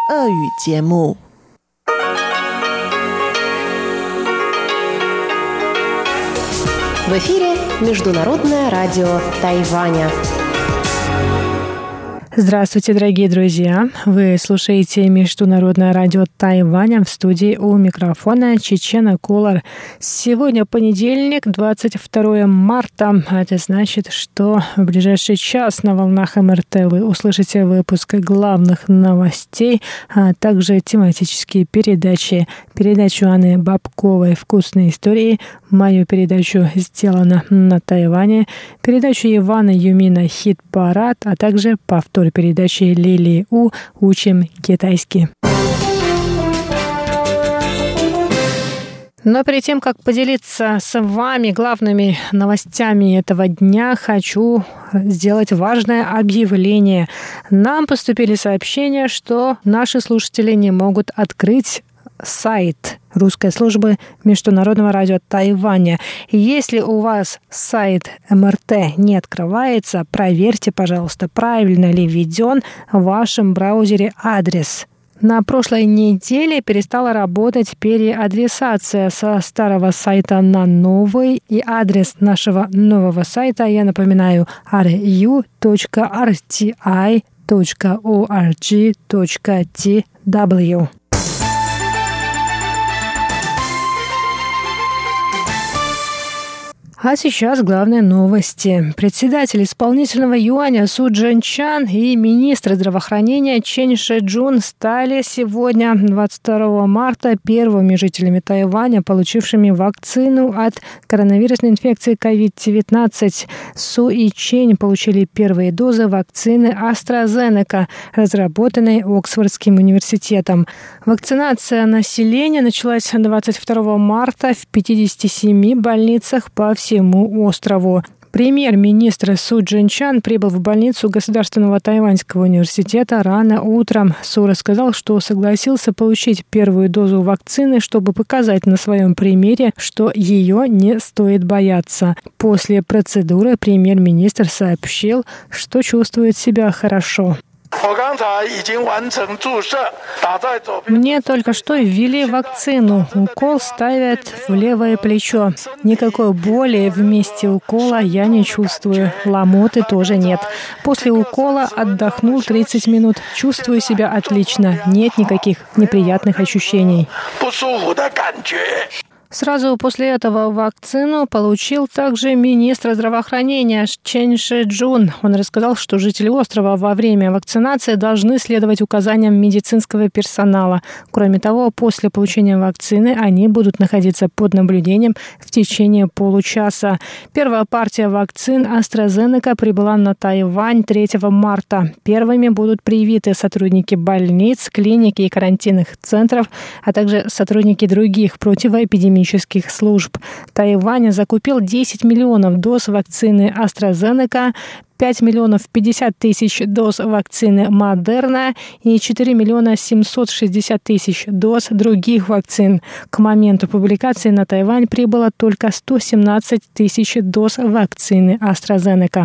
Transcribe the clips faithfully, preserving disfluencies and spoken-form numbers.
俄语节目。 В эфире Международное радио Тайваня. Здравствуйте, дорогие друзья! Вы слушаете Международное радио Тайваня, в студии у микрофона Чечена Кулар. Сегодня понедельник, двадцать второе марта. Это значит, что в ближайший час на волнах эм эр тэ вы услышите выпуск главных новостей, а также тематические передачи. Передачу Анны Бабковой «Вкусные истории», мою передачу «Сделано на Тайване», передачу Ивана Юмина «Хит-парад», а также повтор передачи Лилии У «Учим китайский». Но перед тем, как поделиться с вами главными новостями этого дня, хочу сделать важное объявление. Нам поступили сообщения, что наши слушатели не могут открыть сайт русской службы Международного радио Тайваня. Если у вас сайт эм эр тэ не открывается, проверьте, пожалуйста, правильно ли введен в вашем браузере адрес. На прошлой неделе перестала работать переадресация со старого сайта на новый, и адрес нашего нового сайта, я напоминаю, ар ю точка ар ти ай точка орг точка ти дабл ю. А сейчас главные новости. Председатель исполнительного юаня Су Чжэньчан и министр здравоохранения Чен Шэджун стали сегодня, двадцать второго марта, первыми жителями Тайваня, получившими вакцину от коронавирусной инфекции ковид девятнадцать. Су и Чен получили первые дозы вакцины AstraZeneca, разработанной Оксфордским университетом. Вакцинация населения началась двадцать второго марта в пятидесяти семи больницах по всему всему острову. Премьер-министр Су Чжэньчан прибыл в больницу Государственного тайваньского университета рано утром. Су рассказал, что согласился получить первую дозу вакцины, чтобы показать на своем примере, что ее не стоит бояться. После процедуры премьер-министр сообщил, что чувствует себя хорошо. Мне только что ввели вакцину. Укол ставят в левое плечо. Никакой боли в месте укола я не чувствую. Ломоты тоже нет. После укола отдохнул тридцать минут. Чувствую себя отлично. Нет никаких неприятных ощущений. Сразу после этого вакцину получил также министр здравоохранения Чен Шэджун. Он рассказал, что жители острова во время вакцинации должны следовать указаниям медицинского персонала. Кроме того, после получения вакцины они будут находиться под наблюдением в течение получаса. Первая партия вакцин AstraZeneca прибыла на Тайвань третьего марта. Первыми будут привиты сотрудники больниц, клиник и карантинных центров, а также сотрудники других противоэпидемических служб. Тайвань закупил десять миллионов доз вакцины AstraZeneca, пять миллионов пятьдесят тысяч доз вакцины Moderna и четыре миллиона семьсот шестьдесят тысяч доз других вакцин. К моменту публикации на Тайвань прибыло только сто семнадцать тысяч доз вакцины AstraZeneca.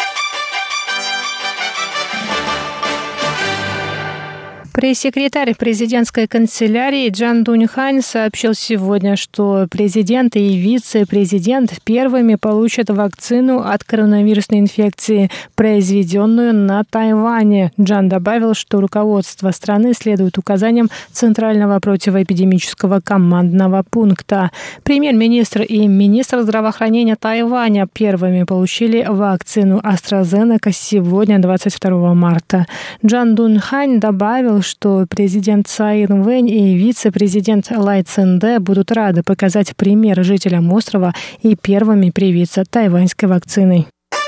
Пресс-секретарь президентской канцелярии Чжан Дуньхань сообщил сегодня, что президент и вице-президент первыми получат вакцину от коронавирусной инфекции, произведенную на Тайване. Чжан добавил, что руководство страны следует указаниям Центрального противоэпидемического командного пункта. Премьер-министр и министр здравоохранения Тайваня первыми получили вакцину AstraZeneca сегодня, двадцать второго марта. Чжан Дуньхань добавил, что президент Цай Инвэнь и вице-президент Лай Цинде будут рады показать пример жителям острова и первыми привиться тайваньской вакциной.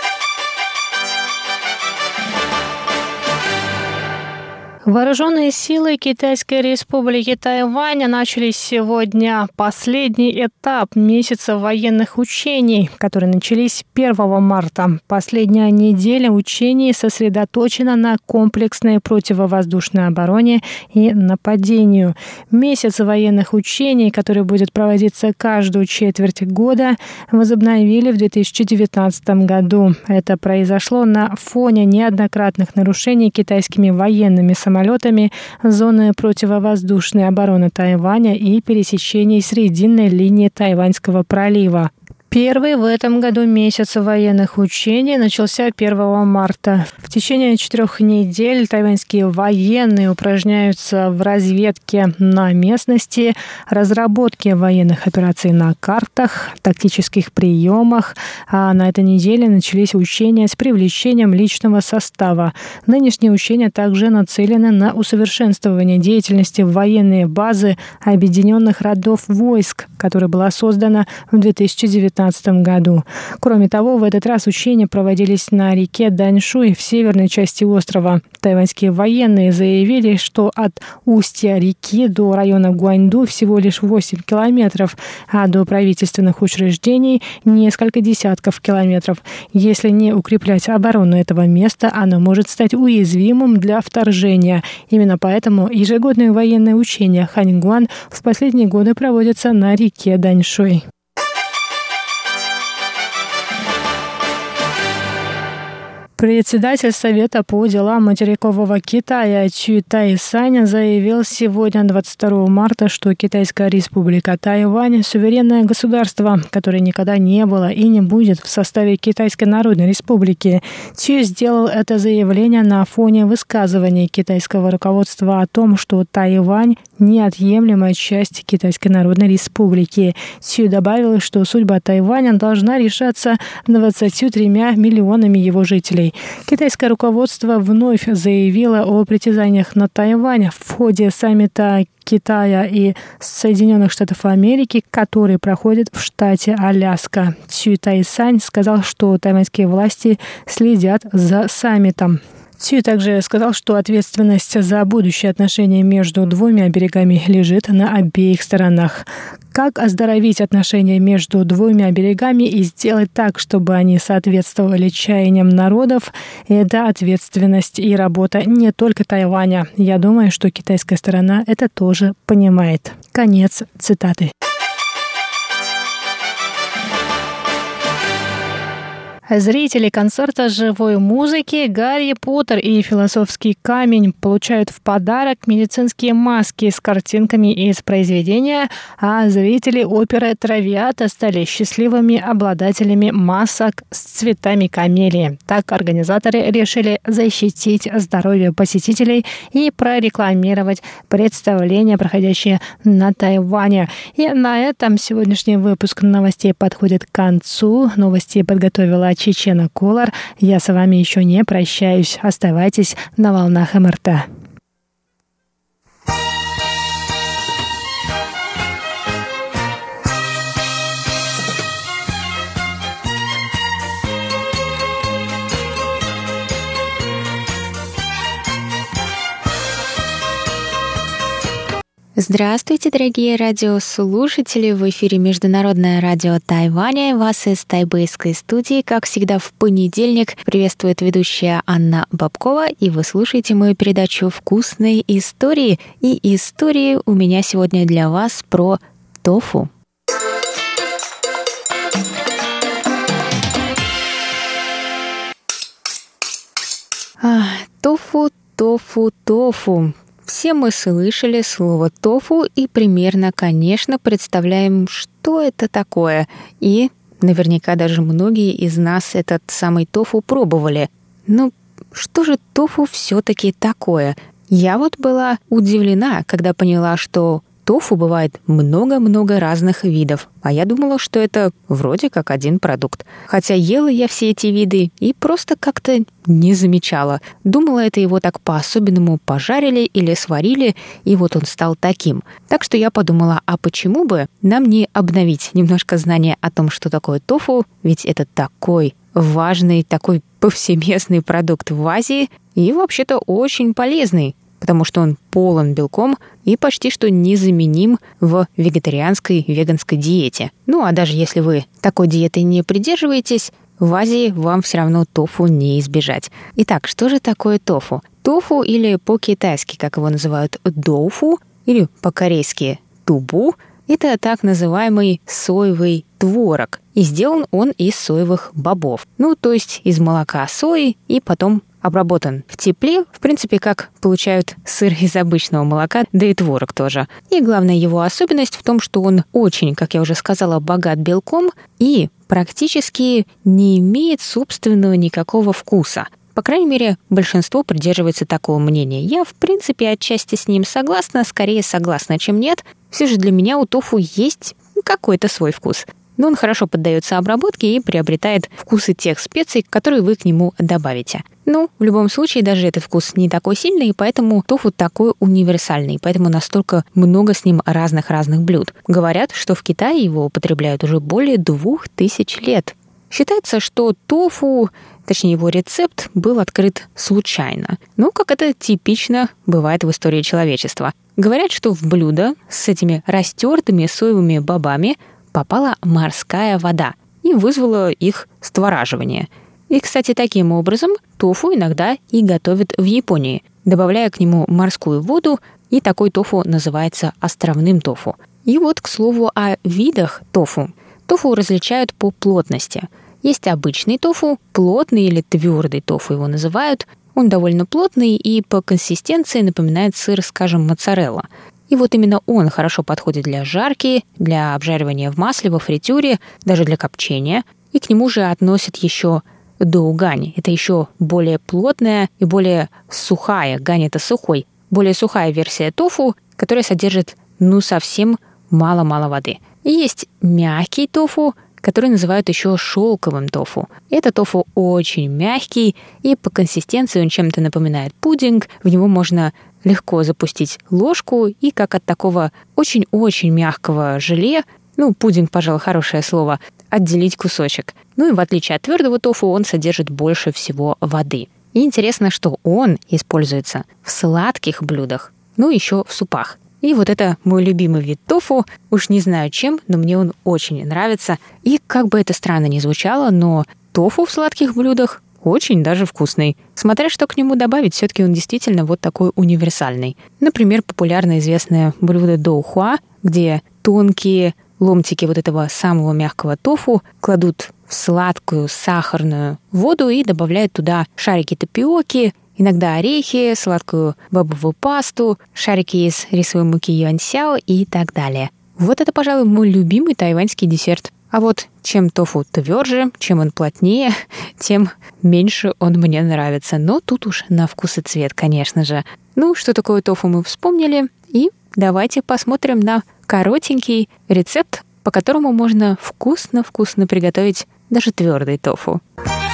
Вооруженные силы Китайской Республики Тайвань начали сегодня последний этап месяца военных учений, которые начались первого марта. Последняя неделя учений сосредоточена на комплексной противовоздушной обороне и нападению. Месяц военных учений, который будет проводиться каждую четверть года, возобновили в две тысячи девятнадцатом году. Это произошло на фоне неоднократных нарушений китайскими военными самолетами самолетами зоны противовоздушной обороны Тайваня и пересечений срединной линии Тайваньского пролива. Первый в этом году месяц военных учений начался первого марта. В течение четырех недель тайваньские военные упражняются в разведке на местности, разработке военных операций на картах, тактических приемах. А на этой неделе начались учения с привлечением личного состава. Нынешние учения также нацелены на усовершенствование деятельности военной базы Объединенных родов войск, которая была создана в две тысячи девятнадцатом году. Кроме того, в этот раз учения проводились на реке Даньшуй в северной части острова. Тайваньские военные заявили, что от устья реки до района Гуаньду всего лишь восемь километров, а до правительственных учреждений несколько десятков километров. Если не укреплять оборону этого места, оно может стать уязвимым для вторжения. Именно поэтому ежегодные военные учения Ханьгуан в последние годы проводятся на реке Даньшуй. Председатель Совета по делам материкового Китая Чжу Тайсань заявил сегодня, двадцать второго марта, что Китайская республика Тайвань – суверенное государство, которое никогда не было и не будет в составе Китайской Народной Республики. Чжу сделал это заявление на фоне высказываний китайского руководства о том, что Тайвань – неотъемлемая часть Китайской Народной Республики. Чжу добавил, что судьба Тайваня должна решаться двадцатью тремя миллионами его жителей. Китайское руководство вновь заявило о притязаниях на Тайвань в ходе саммита Китая и Соединенных Штатов Америки, который проходит в штате Аляска. Чжу Тайсань сказал, что тайваньские власти следят за саммитом. Чжу также сказал, что ответственность за будущие отношения между двумя берегами лежит на обеих сторонах. Как оздоровить отношения между двумя берегами и сделать так, чтобы они соответствовали чаяниям народов, это ответственность и работа не только Тайваня. Я думаю, что китайская сторона это тоже понимает. Конец цитаты. Зрители концерта живой музыки «Гарри Поттер и философский камень» получают в подарок медицинские маски с картинками из произведения, а зрители оперы «Травиата» стали счастливыми обладателями масок с цветами камелии. Так организаторы решили защитить здоровье посетителей и прорекламировать представления, проходящие на Тайване. И на этом сегодняшний выпуск новостей подходит к концу. Новости подготовила Чечена Колор. Я с вами еще не прощаюсь. Оставайтесь на волнах эм эр тэ. Здравствуйте, дорогие радиослушатели! В эфире Международное радио Тайваня. Вас из тайбэйской студии, как всегда, в понедельник приветствует ведущая Анна Бабкова, и вы слушаете мою передачу «Вкусные истории». И истории у меня сегодня для вас про тофу. А, тофу, тофу, тофу. Все мы слышали слово «тофу» и примерно, конечно, представляем, что это такое. И наверняка даже многие из нас этот самый тофу пробовали. Ну, что же тофу все-таки такое? Я вот была удивлена, когда поняла, что тофу бывает много-много разных видов, а я думала, что это вроде как один продукт. Хотя ела я все эти виды и просто как-то не замечала. Думала, это его так по-особенному пожарили или сварили, и вот он стал таким. Так что я подумала, а почему бы нам не обновить немножко знания о том, что такое тофу, ведь это такой важный, такой повсеместный продукт в Азии и вообще-то очень полезный, потому что он полон белком и почти что незаменим в вегетарианской, веганской диете. Ну, а даже если вы такой диеты не придерживаетесь, в Азии вам все равно тофу не избежать. Итак, что же такое тофу? Тофу, или по-китайски, как его называют, доуфу, или по-корейски тубу, это так называемый соевый творог. И сделан он из соевых бобов. Ну, то есть из молока сои и потом обработан в тепле, в принципе, как получают сыр из обычного молока, да и творог тоже. И главная его особенность в том, что он очень, как я уже сказала, богат белком и практически не имеет собственного никакого вкуса. По крайней мере, большинство придерживается такого мнения. Я, в принципе, отчасти с ним согласна, скорее согласна, чем нет. Все же для меня у тофу есть какой-то свой вкус. Но он хорошо поддается обработке и приобретает вкусы тех специй, которые вы к нему добавите. Ну, в любом случае, даже этот вкус не такой сильный, и поэтому тофу такой универсальный, поэтому настолько много с ним разных-разных блюд. Говорят, что в Китае его употребляют уже более двух тысяч лет. Считается, что тофу, точнее его рецепт, был открыт случайно. Ну, как это типично бывает в истории человечества. Говорят, что в блюдо с этими растертыми соевыми бобами попала морская вода и вызвала их створаживание. И, кстати, таким образом тофу иногда и готовят в Японии, добавляя к нему морскую воду, и такой тофу называется островным тофу. И вот, к слову, о видах тофу. Тофу различают по плотности. Есть обычный тофу, плотный или твердый тофу его называют. Он довольно плотный и по консистенции напоминает сыр, скажем, моцарелла. И вот именно он хорошо подходит для жарки, для обжаривания в масле, во фритюре, даже для копчения. И к нему же относят еще доу-гань. Это еще более плотная и более сухая. Гань — это сухой. Более сухая версия тофу, которая содержит, ну, совсем мало-мало воды. И есть мягкий тофу, который называют еще шелковым тофу. Это тофу очень мягкий, и по консистенции он чем-то напоминает пудинг. В него можно легко запустить ложку, и как от такого очень-очень мягкого желе, ну, пудинг, пожалуй, хорошее слово, отделить кусочек. Ну и в отличие от твердого тофу, он содержит больше всего воды. И интересно, что он используется в сладких блюдах, ну, еще в супах. И вот это мой любимый вид тофу. Уж не знаю чем, но мне он очень нравится. И как бы это странно ни звучало, но тофу в сладких блюдах очень даже вкусный. Смотря что к нему добавить, все-таки он действительно вот такой универсальный. Например, популярно известное блюдо доухуа, где тонкие ломтики вот этого самого мягкого тофу кладут в сладкую сахарную воду и добавляют туда шарики тапиоки, иногда орехи, сладкую бобовую пасту, шарики из рисовой муки юаньсяо и так далее. Вот это, пожалуй, мой любимый тайваньский десерт. А вот чем тофу тверже, чем он плотнее, тем меньше он мне нравится. Но тут уж на вкус и цвет, конечно же. Ну, что такое тофу, мы вспомнили. И давайте посмотрим на коротенький рецепт, по которому можно вкусно-вкусно приготовить даже твердый тофу.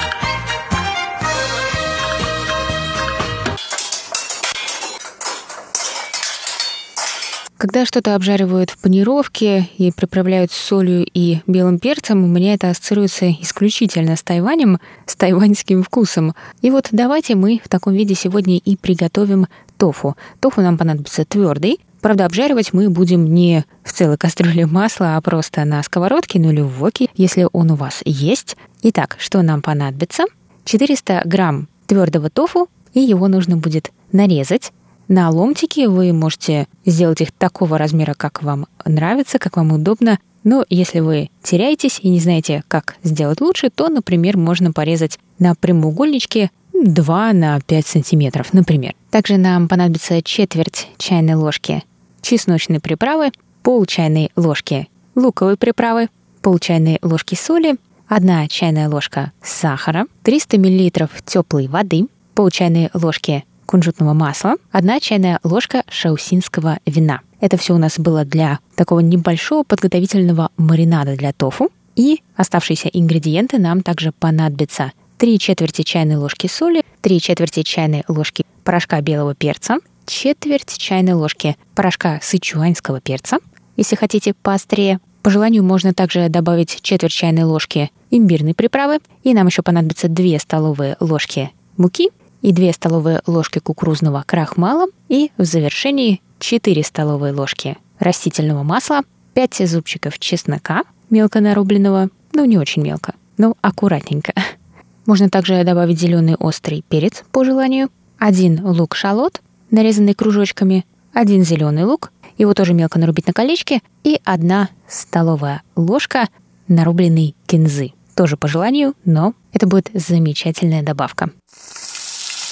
Когда что-то обжаривают в панировке и приправляют солью и белым перцем, у меня это ассоциируется исключительно с Тайванем, с тайваньским вкусом. И вот давайте мы в таком виде сегодня и приготовим тофу. Тофу нам понадобится твердый. Правда, обжаривать мы будем не в целой кастрюле масла, а просто на сковородке, ну или в воке, если он у вас есть. Итак, что нам понадобится? четыреста грамм твердого тофу, и его нужно будет нарезать. На ломтики вы можете сделать их такого размера, как вам нравится, как вам удобно. Но если вы теряетесь и не знаете, как сделать лучше, то, например, можно порезать на прямоугольнички два на пять сантиметров, например. Также нам понадобится четверть чайной ложки чесночной приправы, пол чайной ложки луковой приправы, пол чайной ложки соли, одна чайная ложка сахара, триста миллилитров теплой воды, пол чайной ложки кунжутного масла, одна чайная ложка шаосинского вина. Это все у нас было для такого небольшого подготовительного маринада для тофу. И оставшиеся ингредиенты нам также понадобятся: три четверти чайной ложки соли, три четверти чайной ложки порошка белого перца, четверть чайной ложки порошка сычуаньского перца. Если хотите поострее, по желанию можно также добавить четверть чайной ложки имбирной приправы. И нам еще понадобится две столовые ложки муки и две столовые ложки кукурузного крахмала, и в завершении четыре столовые ложки растительного масла, пять зубчиков чеснока мелко нарубленного, ну не очень мелко, но аккуратненько. Можно также добавить зеленый острый перец по желанию, один лук-шалот, нарезанный кружочками, один зеленый лук, его тоже мелко нарубить на колечки, и одна столовая ложка нарубленной кинзы. Тоже по желанию, но это будет замечательная добавка.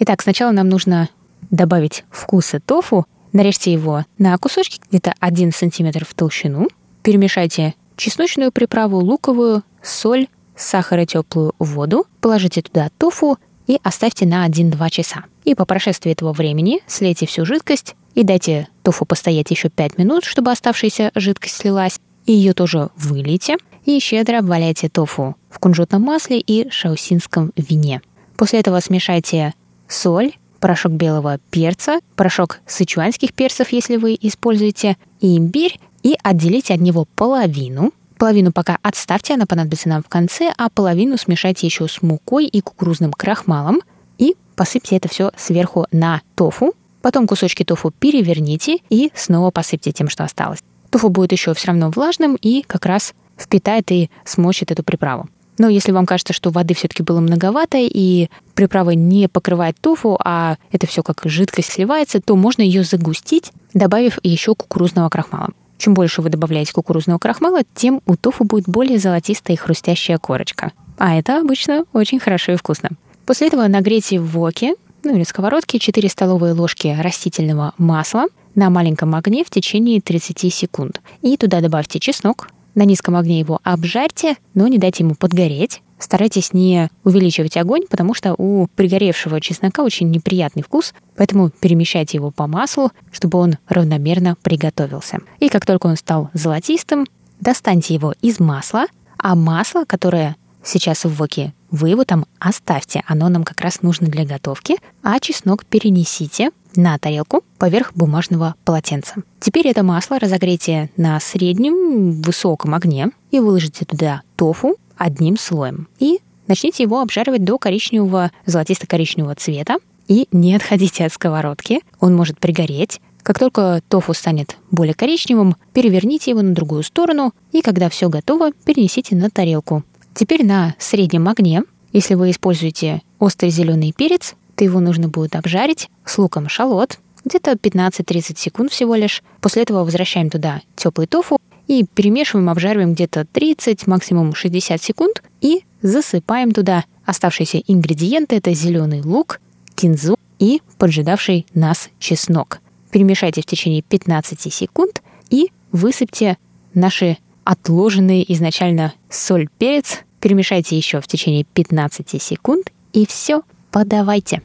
Итак, сначала нам нужно добавить вкуса тофу. Нарежьте его на кусочки где-то один сантиметр в толщину. Перемешайте чесночную приправу, луковую, соль, сахар и теплую воду. Положите туда тофу и оставьте на один-два часа. И по прошествии этого времени слейте всю жидкость и дайте тофу постоять еще пять минут, чтобы оставшаяся жидкость слилась. И ее тоже вылейте. И щедро обваляйте тофу в кунжутном масле и шаосинском вине. После этого смешайте соль, порошок белого перца, порошок сычуанских перцев, если вы используете, и имбирь, и отделите от него половину. Половину пока отставьте, она понадобится нам в конце, а половину смешайте еще с мукой и кукурузным крахмалом и посыпьте это все сверху на тофу. Потом кусочки тофу переверните и снова посыпьте тем, что осталось. Тофу будет еще все равно влажным и как раз впитает и смочит эту приправу. Но если вам кажется, что воды все-таки было многовато и приправа не покрывает тофу, а это все как жидкость сливается, то можно ее загустить, добавив еще кукурузного крахмала. Чем больше вы добавляете кукурузного крахмала, тем у тофу будет более золотистая и хрустящая корочка. А это обычно очень хорошо и вкусно. После этого нагрейте в воке, ну или сковородке, четыре столовые ложки растительного масла на маленьком огне в течение тридцати секунд. И туда добавьте чеснок. На низком огне его обжарьте, но не дайте ему подгореть. Старайтесь не увеличивать огонь, потому что у пригоревшего чеснока очень неприятный вкус, поэтому перемещайте его по маслу, чтобы он равномерно приготовился. И как только он стал золотистым, достаньте его из масла, а масло, которое сейчас в воке, вы его там оставьте, оно нам как раз нужно для готовки, а чеснок перенесите на тарелку поверх бумажного полотенца. Теперь это масло разогрейте на среднем высоком огне и выложите туда тофу одним слоем. И начните его обжаривать до коричневого, золотисто-коричневого цвета. И не отходите от сковородки, он может пригореть. Как только тофу станет более коричневым, переверните его на другую сторону, и когда все готово, перенесите на тарелку. Теперь на среднем огне, если вы используете острый зеленый перец, то его нужно будет обжарить с луком шалот, где-то пятнадцать-тридцать секунд всего лишь. После этого возвращаем туда теплый тофу и перемешиваем, обжариваем где-то тридцать, максимум шестьдесят секунд и засыпаем туда оставшиеся ингредиенты. Это зеленый лук, кинзу и поджидавший нас чеснок. Перемешайте в течение пятнадцати секунд и высыпьте наши отложенные изначально соль, перец. Перемешайте еще в течение пятнадцати секунд и все, подавайте.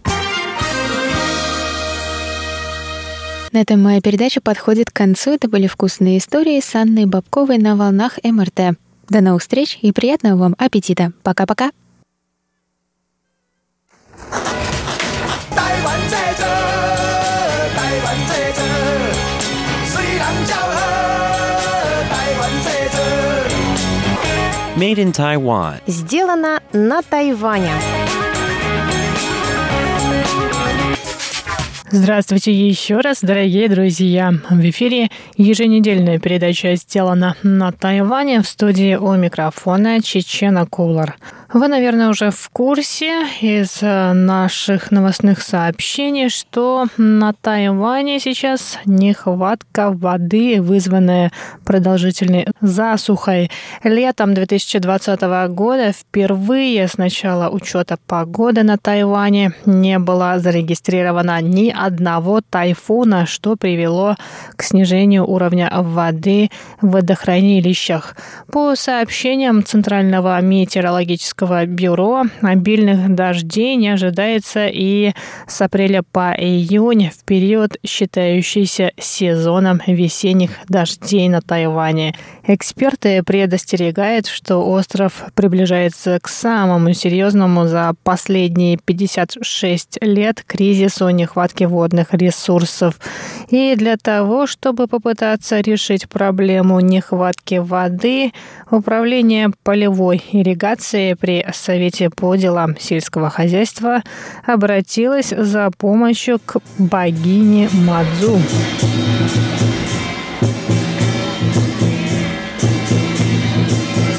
На этом моя передача подходит к концу. Это были вкусные истории с Анной Бабковой на волнах эм эр тэ. До новых встреч и приятного вам аппетита. Пока-пока. Made in Taiwan. Сделано на Тайване. Здравствуйте еще раз, дорогие друзья! В эфире еженедельная передача «Сделано на Тайване», в студии у микрофона Чечена Кулар. Вы, наверное, уже в курсе из наших новостных сообщений, что на Тайване сейчас нехватка воды, вызванная продолжительной засухой. Летом две тысячи двадцатого года впервые с начала учета погоды на Тайване не было зарегистрировано ни одного тайфуна, что привело к снижению уровня воды в водохранилищах. По сообщениям Центрального метеорологического бюро, обильных дождей не ожидается и с апреля по июнь, в период, считающийся сезоном весенних дождей на Тайване. Эксперты предостерегают, что остров приближается к самому серьезному за последние пятьдесят шесть лет кризису нехватки водных ресурсов. И для того, чтобы попытаться решить проблему нехватки воды, Управление полевой ирригации при Совете по делам сельского хозяйства обратилось за помощью к богине Мадзу.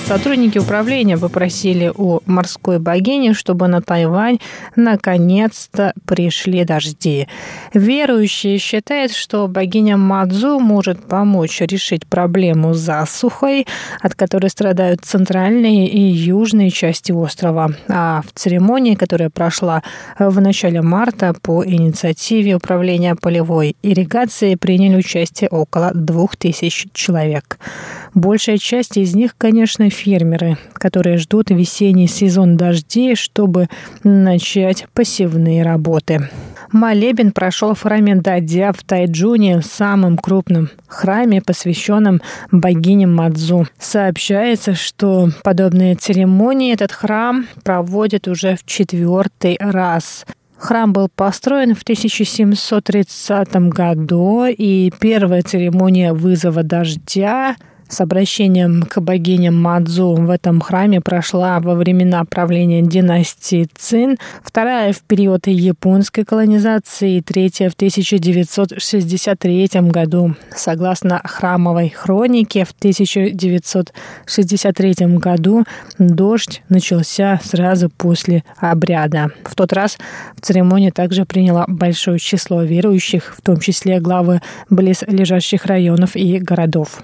сотрудники управления попросили у морской богини, чтобы на Тайвань наконец-то пришли дожди. Верующие считают, что богиня Мадзу может помочь решить проблему с засухой, от которой страдают центральные и южные части острова. А в церемонии, которая прошла в начале марта по инициативе Управления полевой ирригации, приняли участие около двух тысяч человек. Большая часть из них, конечно, фермеры, которые ждут весенний сезон дождей, чтобы начать посевные работы. Молебен прошел в храме Дадя в Тайчжуне, самом крупном храме, посвященном богине Мадзу. Сообщается, что подобные церемонии этот храм проводит уже в четвертый раз. Храм был построен в тысяча семьсот тридцатом году, и первая церемония вызова дождя с обращением к богине Мадзу в этом храме прошла во времена правления династии Цин, вторая в период японской колонизации и третья в тысяча девятьсот шестьдесят третьем году. Согласно храмовой хронике, в тысяча девятьсот шестьдесят третьем году дождь начался сразу после обряда. В тот раз в церемонии также приняло большое число верующих, в том числе главы близлежащих районов и городов.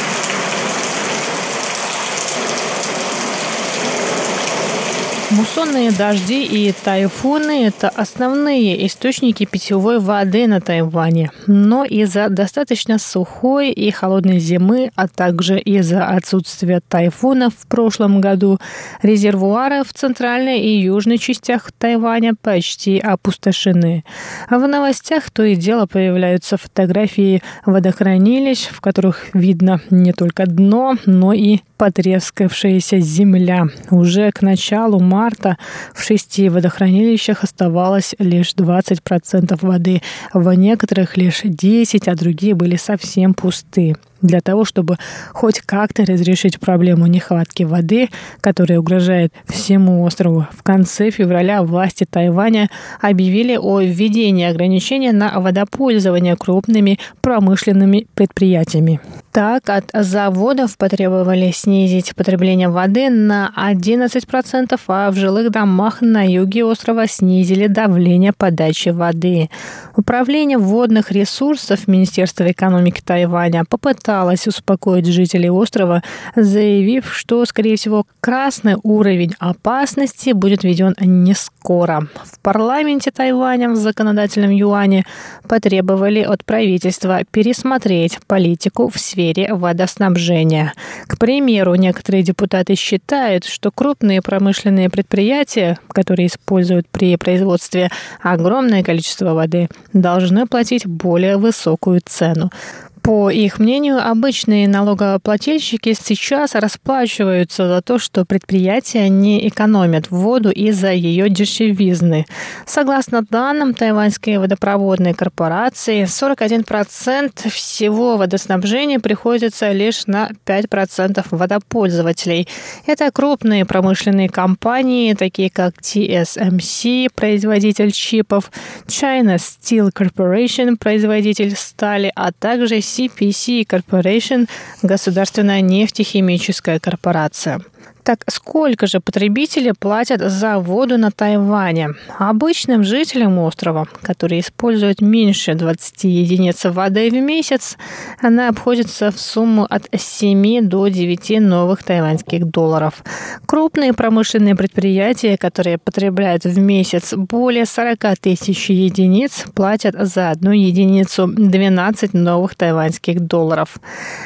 Муссонные дожди и тайфуны – это основные источники питьевой воды на Тайване. Но из-за достаточно сухой и холодной зимы, а также из-за отсутствия тайфунов в прошлом году, резервуары в центральной и южной частях Тайваня почти опустошены. В новостях то и дело появляются фотографии водохранилищ, в которых видно не только дно, но и потрескавшаяся земля. Уже к началу марта в шести водохранилищах оставалось лишь двадцать процентов воды, в некоторых лишь десять процентов, а другие были совсем пусты. Для того, чтобы хоть как-то разрешить проблему нехватки воды, которая угрожает всему острову, в конце февраля власти Тайваня объявили о введении ограничения на водопользование крупными промышленными предприятиями. Так, от заводов потребовали снизить потребление воды на одиннадцать процентов, а в жилых домах на юге острова снизили давление подачи воды. Управление водных ресурсов Министерства экономики Тайваня попыталось успокоить жителей острова, заявив, что, скорее всего, красный уровень опасности будет введен не скоро. В парламенте Тайваня в законодательном юане потребовали от правительства пересмотреть политику в сфере водоснабжения. К примеру, некоторые депутаты считают, что крупные промышленные предприятия, которые используют при производстве огромное количество воды, должны платить более высокую цену. По их мнению, обычные налогоплательщики сейчас расплачиваются за то, что предприятия не экономят воду из-за ее дешевизны. Согласно данным Тайваньской водопроводной корпорации, сорок один процент всего водоснабжения приходится лишь на пять процентов водопользователей. Это крупные промышленные компании, такие как ти эс эм си, производитель чипов, China Steel Corporation, производитель стали, а также си пи си Corporation, государственная нефтехимическая корпорация. Так сколько же потребители платят за воду на Тайване? Обычным жителям острова, которые используют меньше двадцати единиц воды в месяц, она обходится в сумму от семи до девяти новых тайваньских долларов. Крупные промышленные предприятия, которые потребляют в месяц более сорока тысяч единиц, платят за одну единицу двенадцать новых тайваньских долларов.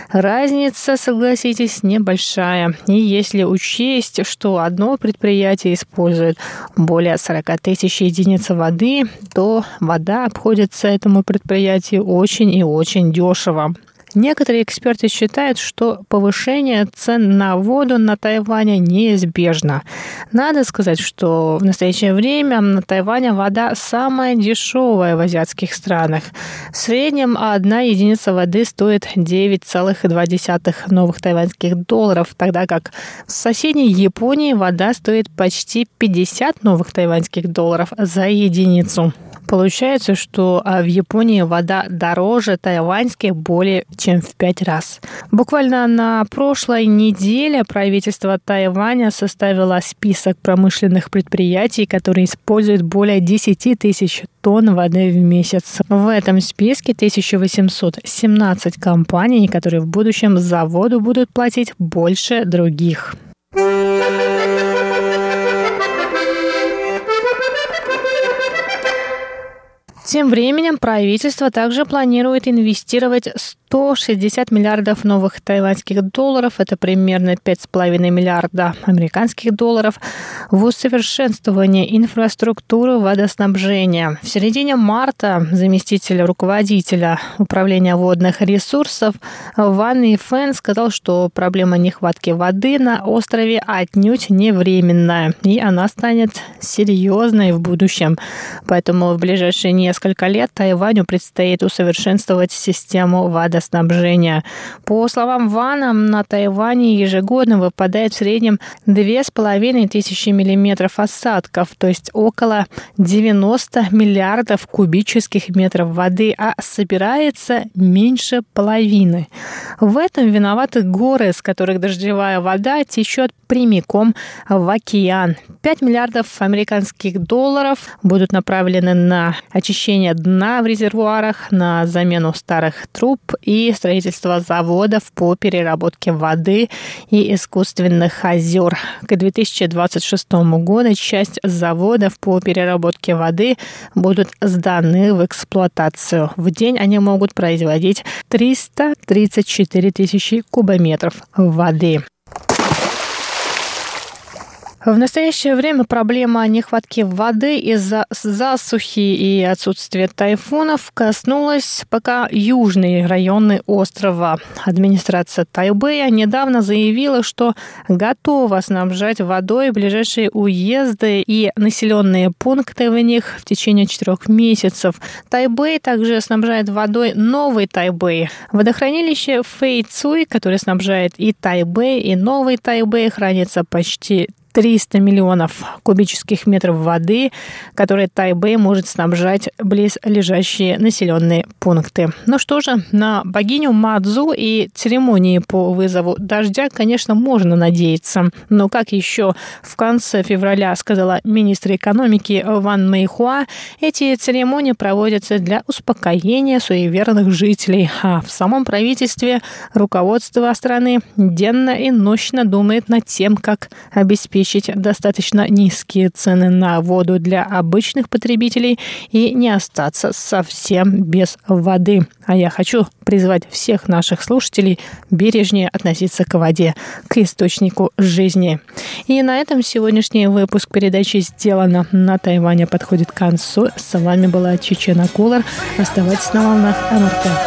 Разница, согласитесь, небольшая. И если учесть, Учесть, что одно предприятие использует более сорока тысяч единиц воды, то вода обходится этому предприятию очень и очень дешево. Некоторые эксперты считают, что повышение цен на воду на Тайване неизбежно. Надо сказать, что в настоящее время на Тайване вода самая дешевая в азиатских странах. В среднем одна единица воды стоит девять целых две десятых новых тайваньских долларов, тогда как в соседней Японии вода стоит почти пятьдесят новых тайваньских долларов за единицу. Получается, что в Японии вода дороже тайваньской более чем в пять раз. Буквально на прошлой неделе правительство Тайваня составило список промышленных предприятий, которые используют более десять тысяч тонн воды в месяц. В этом списке тысяча восемьсот семнадцать компаний, которые в будущем за воду будут платить больше других. Тем временем правительство также планирует инвестировать сто шестьдесят миллиардов новых тайваньских долларов, это примерно пять с половиной миллиарда американских долларов, в усовершенствование инфраструктуры водоснабжения. В середине марта заместитель руководителя управления водных ресурсов Ван Ифэн сказал, что проблема нехватки воды на острове отнюдь не временная, и она станет серьезной в будущем. Поэтому в ближайшие несколько лет Тайваню предстоит усовершенствовать систему водоснабжения. Снабжения. По словам Вана, на Тайване ежегодно выпадает в среднем две с половиной тысячи миллиметров осадков, то есть около девяносто миллиардов кубических метров воды, а собирается меньше половины. В этом виноваты горы, с которых дождевая вода течет прямиком в океан. пять миллиардов американских долларов будут направлены на очищение дна в резервуарах, на замену старых труб и строительство заводов по переработке воды и искусственных озер. К две тысячи двадцать шестому году часть заводов по переработке воды будут сданы в эксплуатацию. В день они могут производить триста тридцать четыре тысячи кубометров воды. В настоящее время проблема нехватки воды из-за засухи и отсутствия тайфунов коснулась пока южные районы острова. Администрация Тайбэя недавно заявила, что готова снабжать водой ближайшие уезды и населенные пункты в них в течение четырех месяцев. Тайбэй также снабжает водой Новый Тайбэй. Водохранилище Фэйцуй, которое снабжает и Тайбэй, и Новый Тайбэй, хранится почти триста миллионов кубических метров воды, которые Тайбэй может снабжать близлежащие населенные пункты. Ну что же, на богиню Мадзу и церемонии по вызову дождя, конечно, можно надеяться. Но, как еще в конце февраля сказала министр экономики Ван Мэйхуа, эти церемонии проводятся для успокоения суеверных жителей. А в самом правительстве руководство страны денно и нощно думает над тем, как обеспечить достаточно низкие цены на воду для обычных потребителей и не остаться совсем без воды. А я хочу призвать всех наших слушателей бережнее относиться к воде, к источнику жизни. И на этом сегодняшний выпуск передачи «Сделано на Тайване» подходит к концу. С вами была Чечена Кулар. Оставайтесь на волнах эн эр тэ.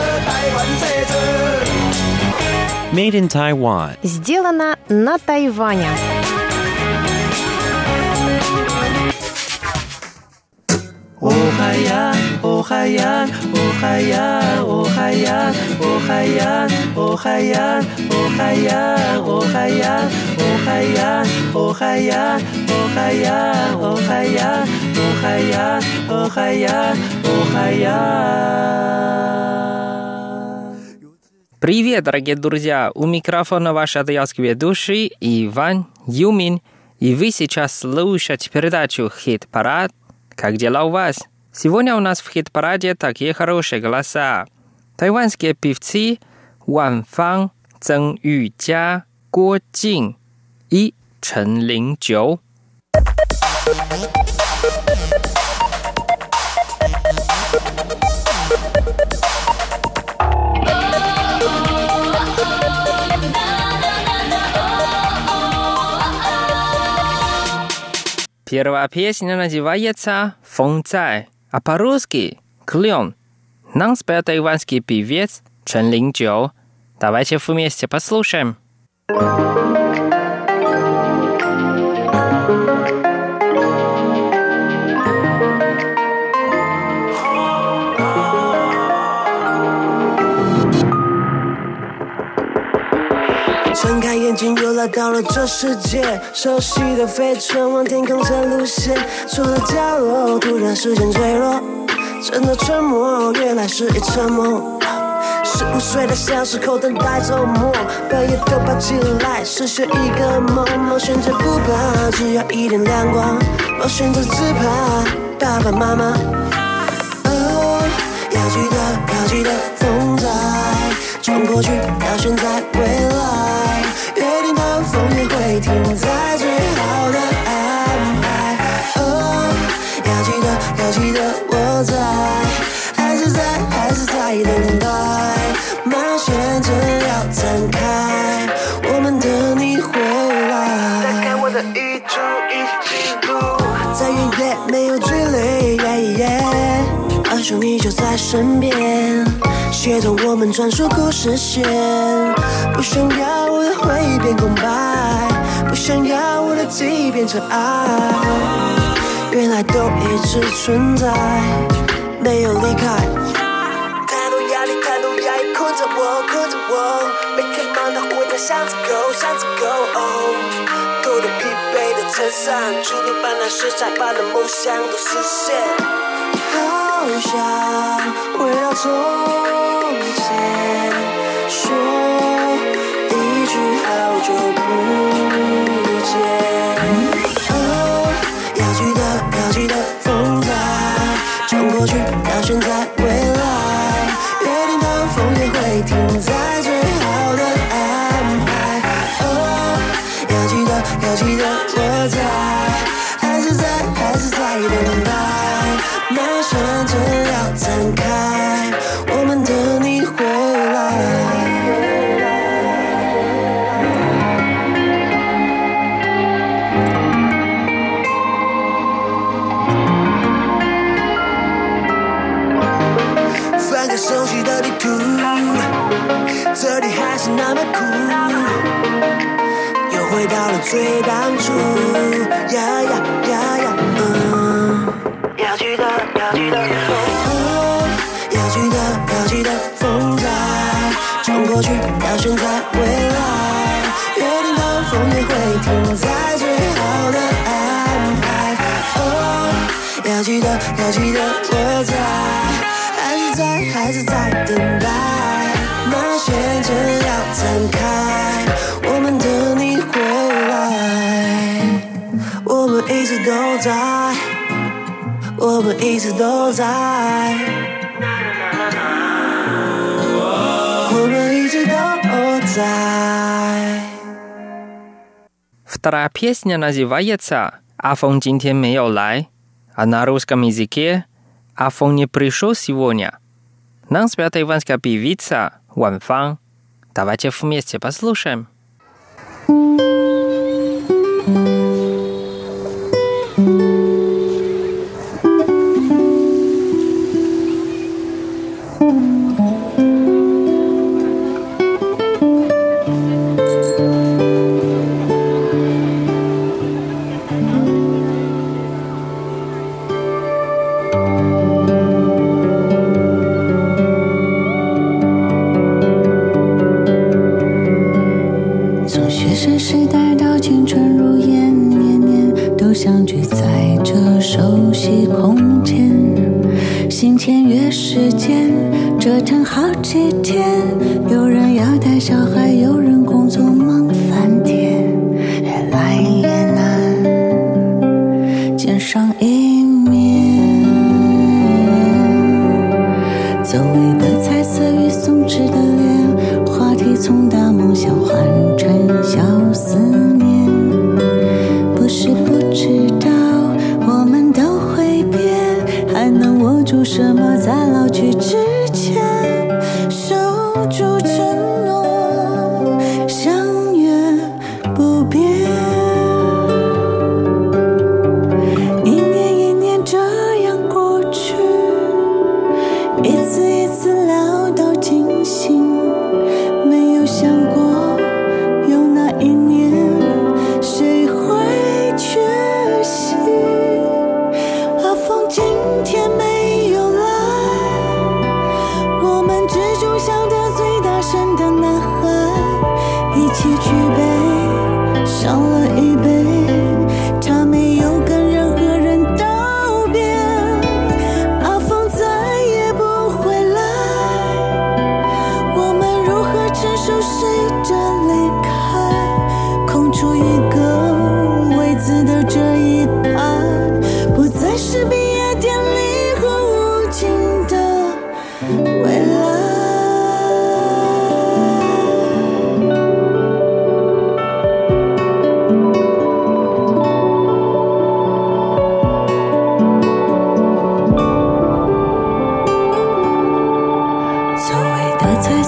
Made in Taiwan. Сделано на Тайване. Охаян, охаян, охаян, охаян, охаян, охаян, охаян, охаян, охаян, охаян, охаян, охаян, охаян, охаян, охаян. Привет, дорогие друзья! У микрофона ваш адаялский ведущий Иван Юмин, и вы сейчас слушаете передачу «Хит-парад». Как дела у вас? Сегодня у нас в хит-параде такие хорошие голоса. Тайваньские певцы Ван Фан, Цэн Юйджа, Го Jing и Чэн Линджоу. Первая песня называется «Фэн Цай», а по-русски «Клен». Нам спел тайваньский певец Чэн Линджоу. Давайте вместе послушаем. 睁开眼睛又来到了这世界，熟悉的飞船往天空上路线，除了角落突然视线坠落， 真的沉默，原来是一场梦。十五岁的小时候等待周末，半夜都爬起来实现一个梦。梦选择不怕，只要一点亮光；梦选择只怕爸爸妈妈。哦，要记得，要记得风在，冲过去，到现在，未来，约定的风也会停在最好的安排。哦，要记得，要记得我在，还是在，还是在等待。冒险正要展开，我们等你回来。打开我的宇宙，一起进步，再远也没有距离。二兄你就在身边，写着我们专属故事线。不想要我的回忆变空白，不想要我的记忆变成爱。原来都一直存在，没有离开。困着我，困着我，每天忙到回家想着go，想着go，哦，头都疲惫的撑伞，注定般的时才把的梦想都实现。好想回到从前，说一句好久不见。哦，要记得，要记得风在，冲过去，到现在，未来。风也会停在最好的安排。哦，要记得，要记得我在，还是在，还是在等待。冒险正要展开，我们等你回来。翻个熟悉的地图，这里还是那么酷，又回到了最当初。呀呀呀呀，嗯，要记得，要记得，哦，要记得，要记得风在，冲过去，到现在，未来，约定的风也会停在最好的安排。哦，要记得，要记得我在。还是在，还是在等待，冒险正要展开，我们等你回来。我们一直都在，我们一直都在，我们一直都在。 Вторая песня называется «Афон今天没有来», а на русском языке «Афон не пришел сегодня». Нам спела тайванская певица Ван Фан. Давайте вместе послушаем.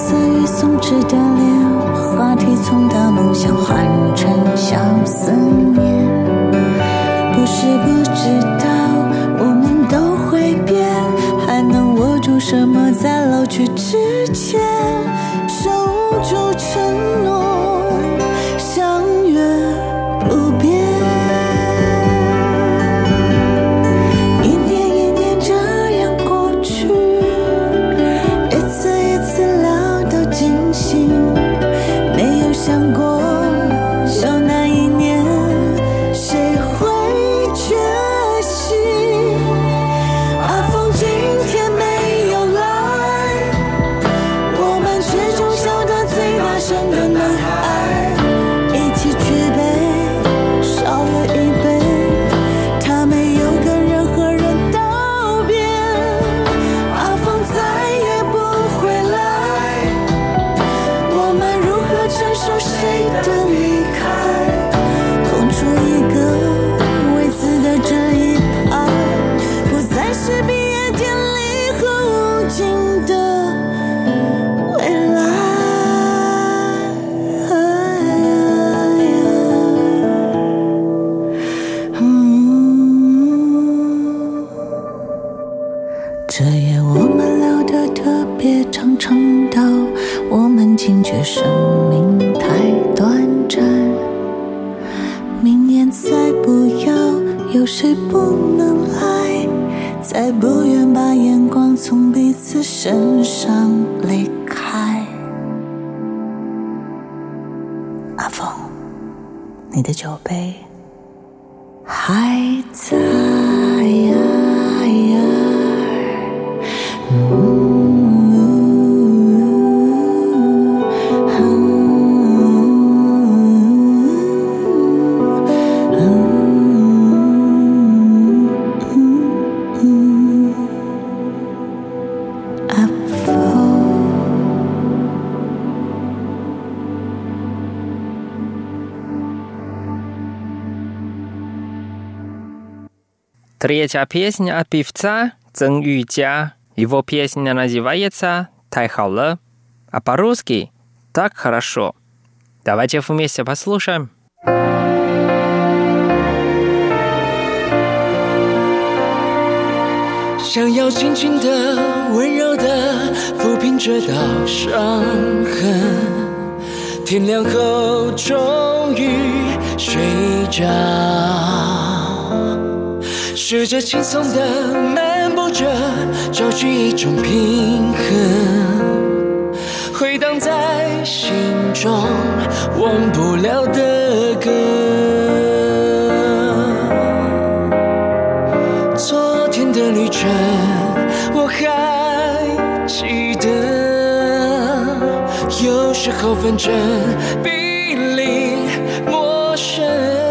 色与松弛的脸，话题从大梦想换成小思念。不是不知道我们都会变，还能握住什么在老去之前，守住承诺，相约不变。一年一年这样过去，一次一次聊到尽兴，没有想过有那一年谁会觉醒。阿峰今天没有来，我们却中笑得最大声的男孩，一起举杯少了一杯，他没有跟任何人道别。阿峰再也不回来，我们如何承受谁的离开？空出一个位子的这一排，不再是毕业典礼和无尽的未来。嗯，这夜我们聊得特别长，长到我们惊觉生命太短暂。明年再不要有谁不能来，再不愿把眼光从彼此身上离开。阿峰，你的酒杯还在呀呀，嗯 Третья песня от певца Цзэн Юйцзя. Его песня называется «Тайхаоле», а по-русски «Так хорошо». Давайте вместе послушаем. 想要轻轻的温柔的抚平这道伤痕，天亮后终于睡着，试着轻松的漫步着，找寻一种平衡，回荡在心中忘不了的歌。昨天的旅程我还记得，有时候反正比邻陌生。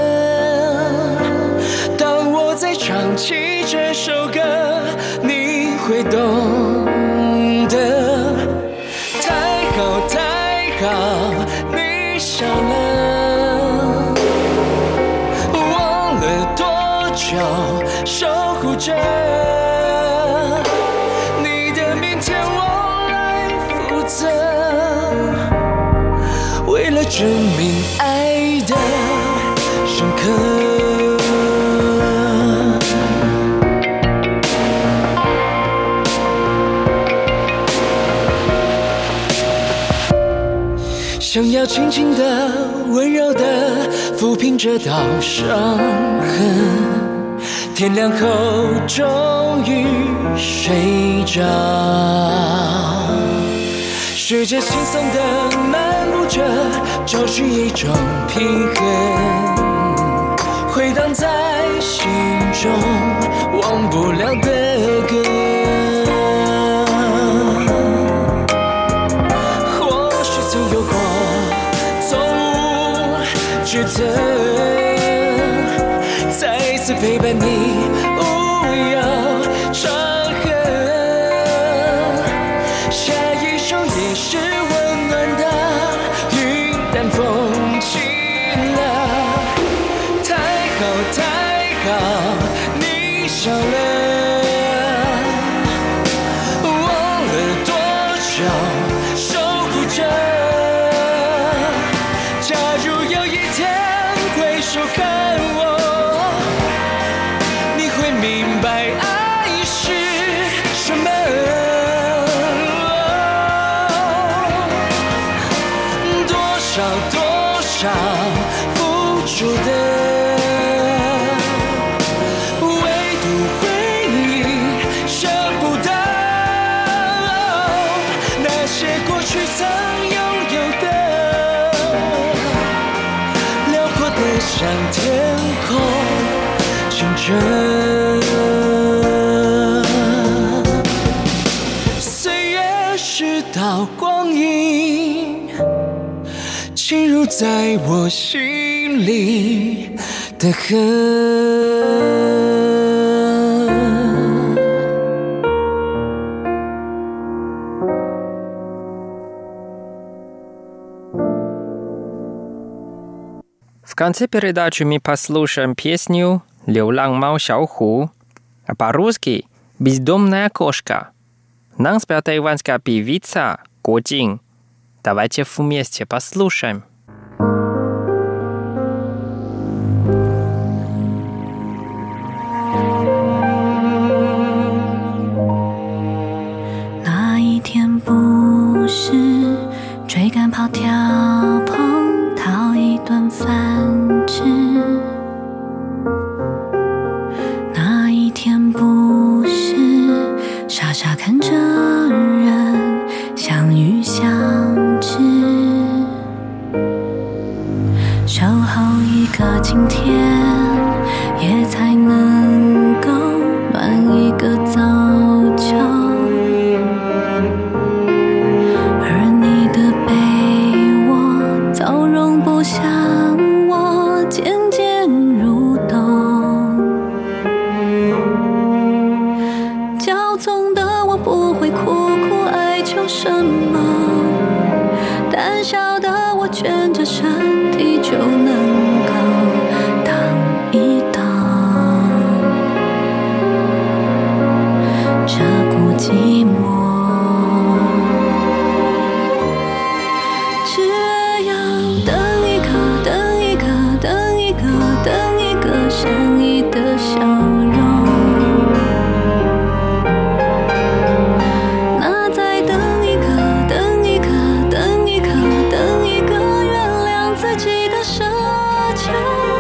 当我在唱起这首歌，你会懂得。太好太好，你笑了，忘了多久守护着你的明天，我来负责。为了证明爱的深刻，想要轻轻的温柔的抚平这道伤痕，天亮后终于睡着，试着轻松的漫步着，找寻一种平衡，回荡在心中忘不了的歌。或许曾有过错误抉择，再次陪伴你无忧长河，下一首也是温暖的，云淡风轻了。太好太好，你笑了，忘了多久守上付出的，唯独回忆想不到那些过去曾拥有的，辽阔的像天空清澈。岁月是道光阴，侵入在我心里的痕。 В конце передачи мы послушаем песню «Леуланг Мао Сяоху», а по-русски «Бездомная кошка». Нам спела тайванская певица Ко Джин. Давайте вместе послушаем. 那一天不是追赶跑跳碰讨一顿饭吃，那一天不是傻傻看着人相遇相知，守候一个晴天，也才能够暖一个早秋。而你的被窝早容不下我渐渐入冬，骄纵的我不会苦苦哀求什么，胆小的我蜷着身体就能够挡一挡这股寂寞。只要等一个，等一个，等一个，等一个善意的笑容，那再等一个，等一个，等一个，等一个原谅自己的奢求。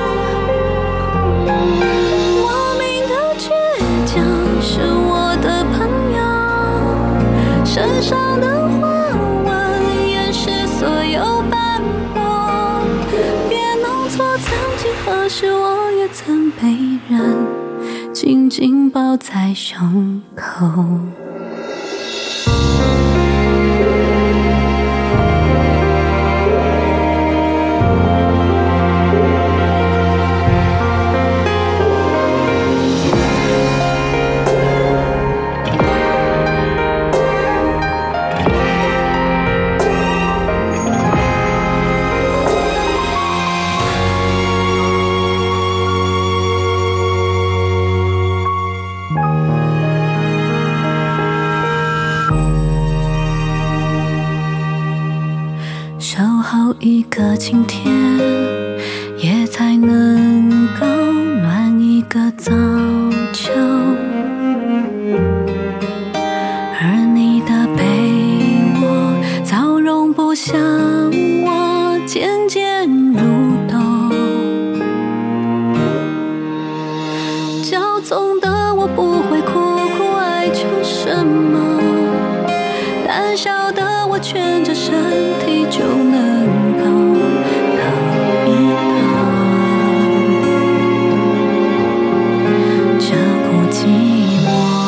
莫名的倔强是我的朋友，身上的花纹掩饰所有斑驳，别弄错曾经何时我也曾被人紧紧抱在胸口。守候一个晴天，也才能够暖一个早秋。而你的被窝早容不下我渐渐入冬，骄纵的我不会苦苦哀求什么，胆小的我蜷着身体就能够挡一挡这股寂寞。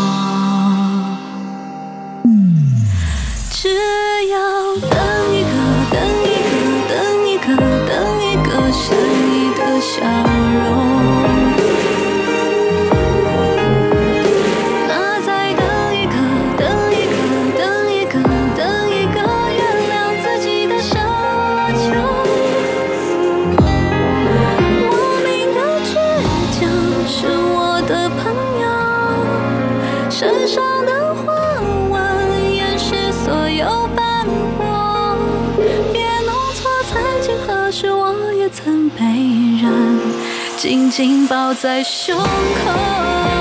只要等一个，等一个，等一个，等一个善意的笑容，身上的花纹掩饰所有斑驳，别弄错曾经何时我也曾被人紧紧抱在胸口。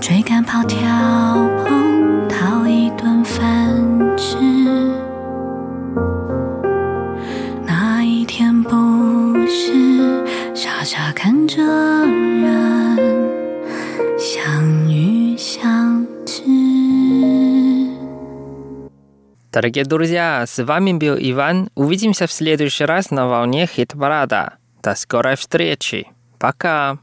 追赶跑跳碰讨一顿饭吃，那一天不是傻傻看着人相遇相知。 Дорогие друзья, с вами был Иван. Увидимся в следующий раз на волне хит-парада. До скорой встречи. Пока.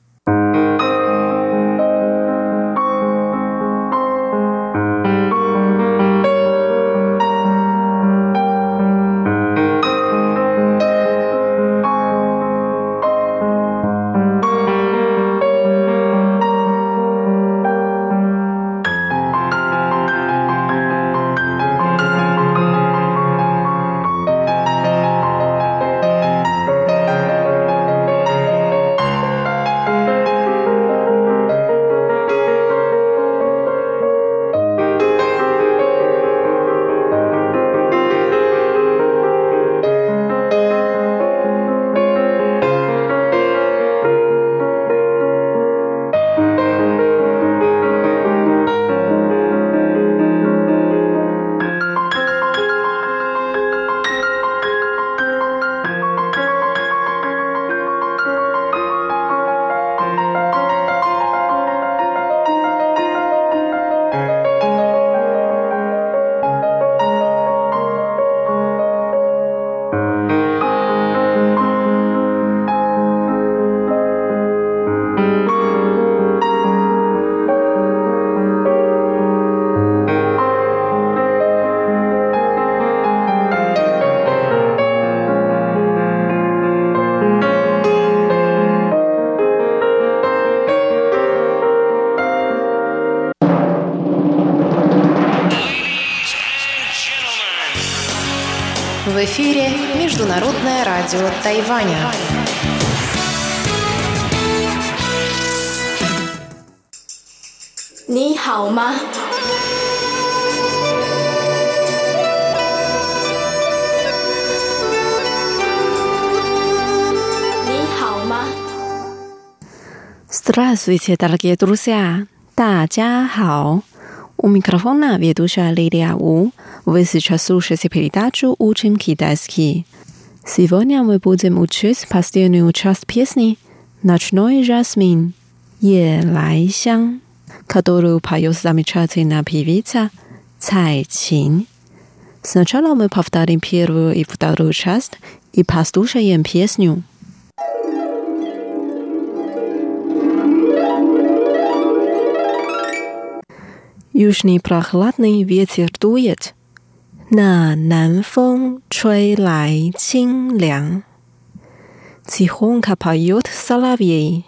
В эфире Международное радио Тайваня. Ни хао ма? Ни хао ма? Здравствуйте, дорогие друзья! 大家好! У микрофона ведущая Лилия У. Вы сейчас слушаете передачу «Учим китайский». Сегодня мы будем учить последнюю часть песни «Ночной жасмин» «Е лай сян», которую поет замечательная певица Цай Чин. Сначала мы повторим первую и вторую часть и послушаем песню. Южный прохладный ветер дует, на南风吹来清凉。Тихонько поет соловей,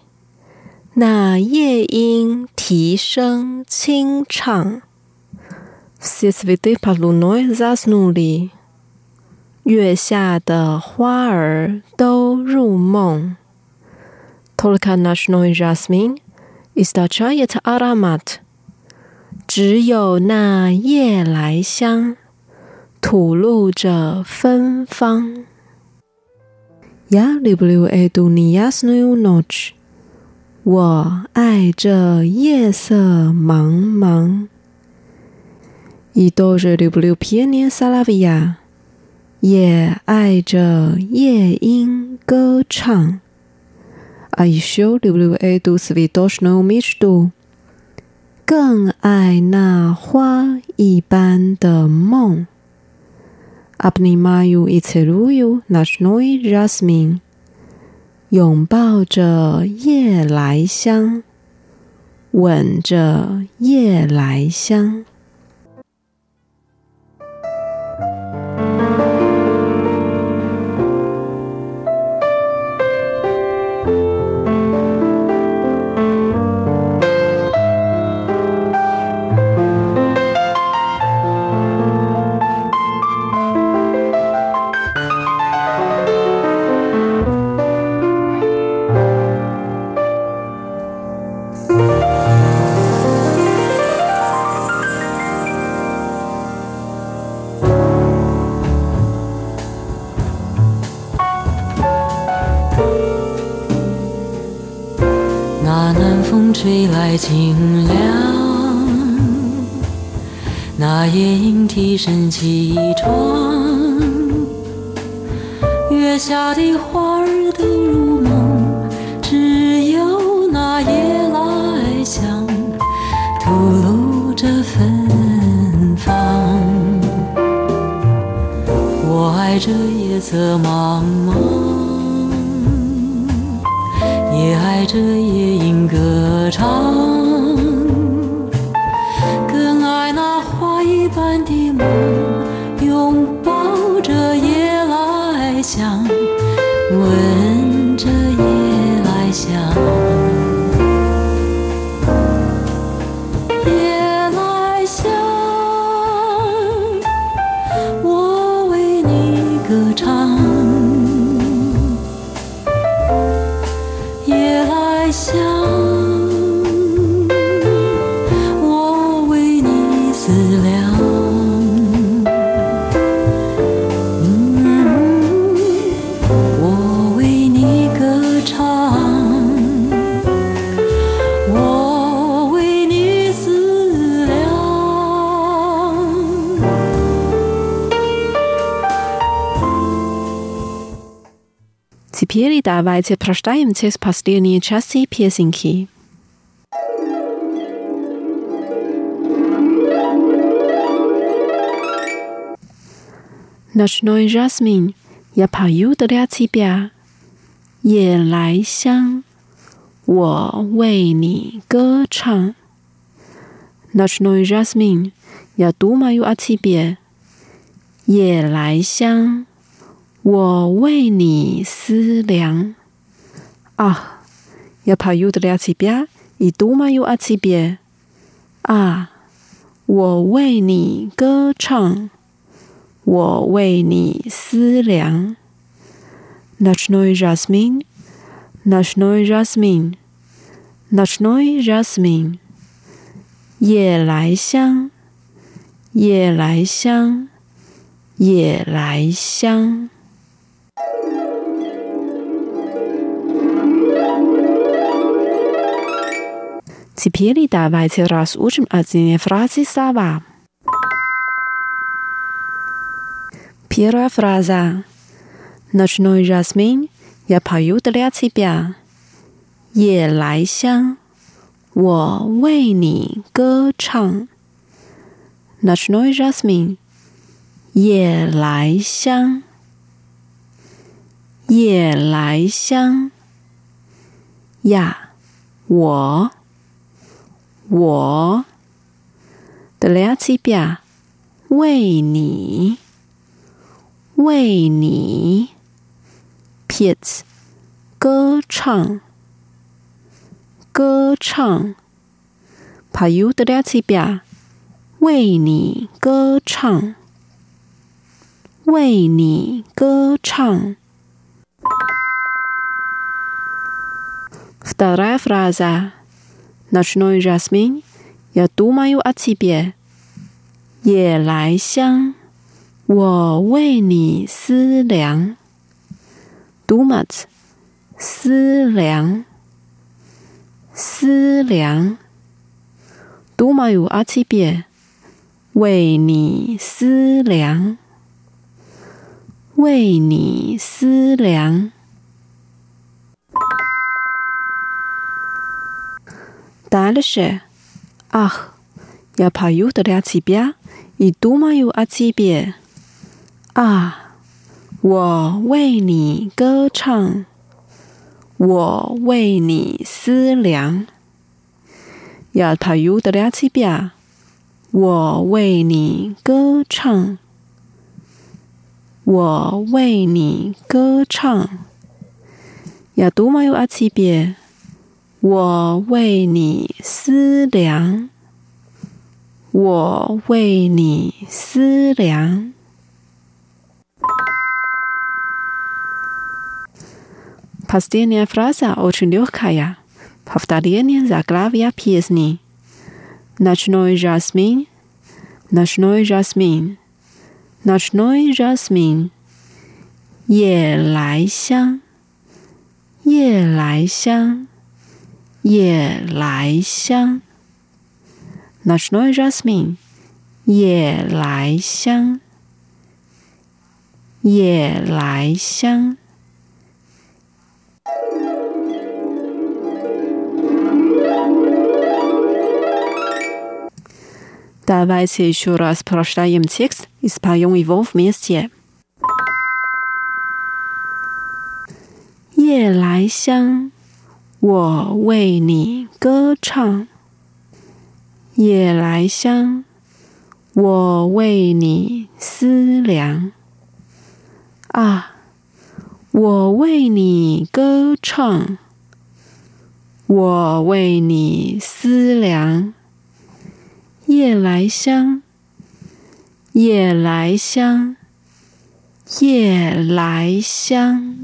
на夜莺啼声清唱。Все цветы под луной заснули, 月下的花儿都入梦。Только ночной жасмин источает аромат, 只有那夜来香吐露着芬芳。Я люблю эту неясную ночь， 我爱这夜色茫茫。И тоже люблю пение соловья， 也爱着夜莺歌唱。А еще люблю эту цветочную мечту， 更爱那花一般的梦。Обнимаю и целую ночной жасмин， 拥抱着夜来香，吻着夜来香。 那南风吹来清凉， 那夜莺啼声起床，月下的花儿都入梦，只有那夜来香吐露着芬芳。我爱这夜色茫茫，也爱这夜莺歌唱，更爱那花一般的梦，拥抱着夜来香，闻着夜来香。夜来香，我为你歌唱。夜来香，我为你思量。嗯，我为你歌唱，我为你思量。 Теперь давайте прочитаем текст последней части песенки. Ночной жасмин, я пою для тебя. 夜来香，我为你歌唱。Ночной жасмин, я думаю о тебе. 夜来香，我为你思量。啊，я пою для тебя и думаю о тебе. 啊，我为你歌唱，我为你思量。Ночной жасмин, ночной жасмин, ночной жасмин. 夜来香，夜来香，夜来香。Теперь давайте разучим отдельные фразы слова. Первая фраза. Ночной жасмин, я пою для тебя. 夜来香，我为你歌唱。Ночной жасмин, 夜来香，夜来香。呀，我。我 для тебя 为你，为你 pet 歌唱，歌唱 пою для тебя 为你歌唱，为你歌唱。Вторая фраза. Ночной жасмин, я думаю о тебе. 夜来香，我为你思量。Думать 思量，思量。Думаю о тебе 为你思量，为你思量。Дальше. Ах, я пою для тебя и думаю о тебе. 啊，我为你歌唱，我为你思量。Я пою для тебя. 我为你歌唱，我为你歌唱。Я думаю о тебе. 我为你思量，我为你思量。Последняя фраза очень легкая. Повторение заглавия песни. Ночной жасмин, ночной жасмин, ночной жасмин. 夜来香，夜来香。夜来香 Ночной жасмин. 夜来香，夜来香。Давайте еще раз прочитаем текст и споем его вместе. 夜来香，我为你歌唱。夜来香，我为你思量。啊，我为你歌唱，我为你思量。夜来香，夜来香，夜来香。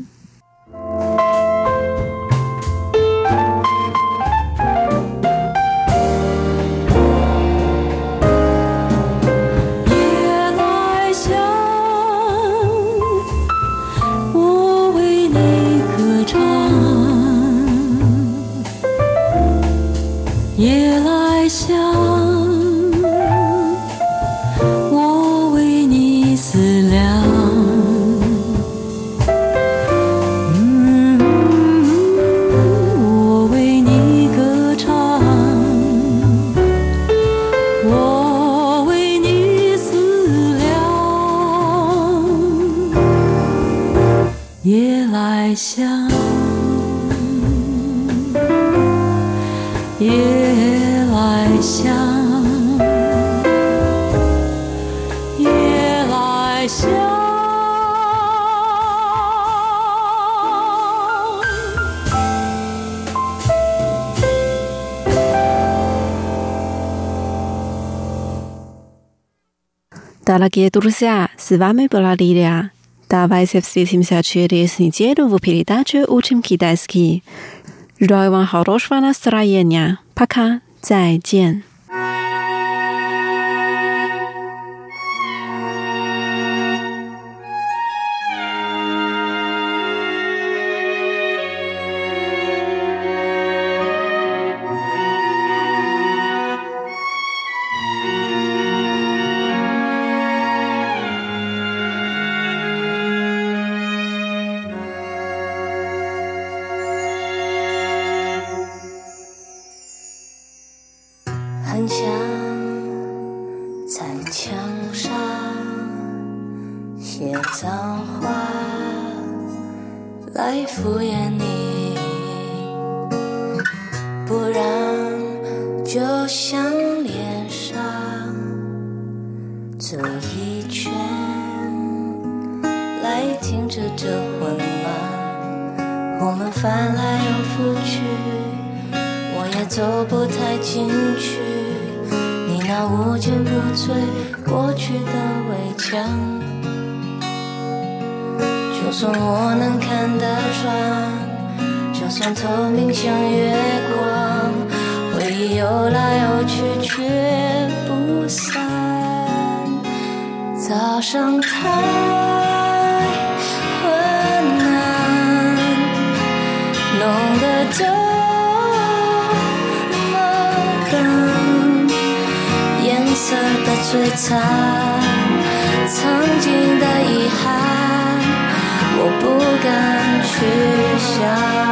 夜来香，我为你思量。嗯，我为你歌唱，我为你思量。夜来香，夜来香，夜来香。 Дорогие друзья, с вами была Лилия. Давайте встретимся через неделю в передаче «Учим китайский». Желаю вам хорошего настроения. Пока. 再见。 很想在墙上写脏话来敷衍你，不然就像脸上这一圈来停止这混乱，我们翻来又覆去，我也走不太进去，你那无坚不摧过去的围墙，就算我能看得穿，就算透明像月光，回忆游来游去却不散，早上太昏暗，弄得这色的摧残，曾经的遗憾，我不敢去想。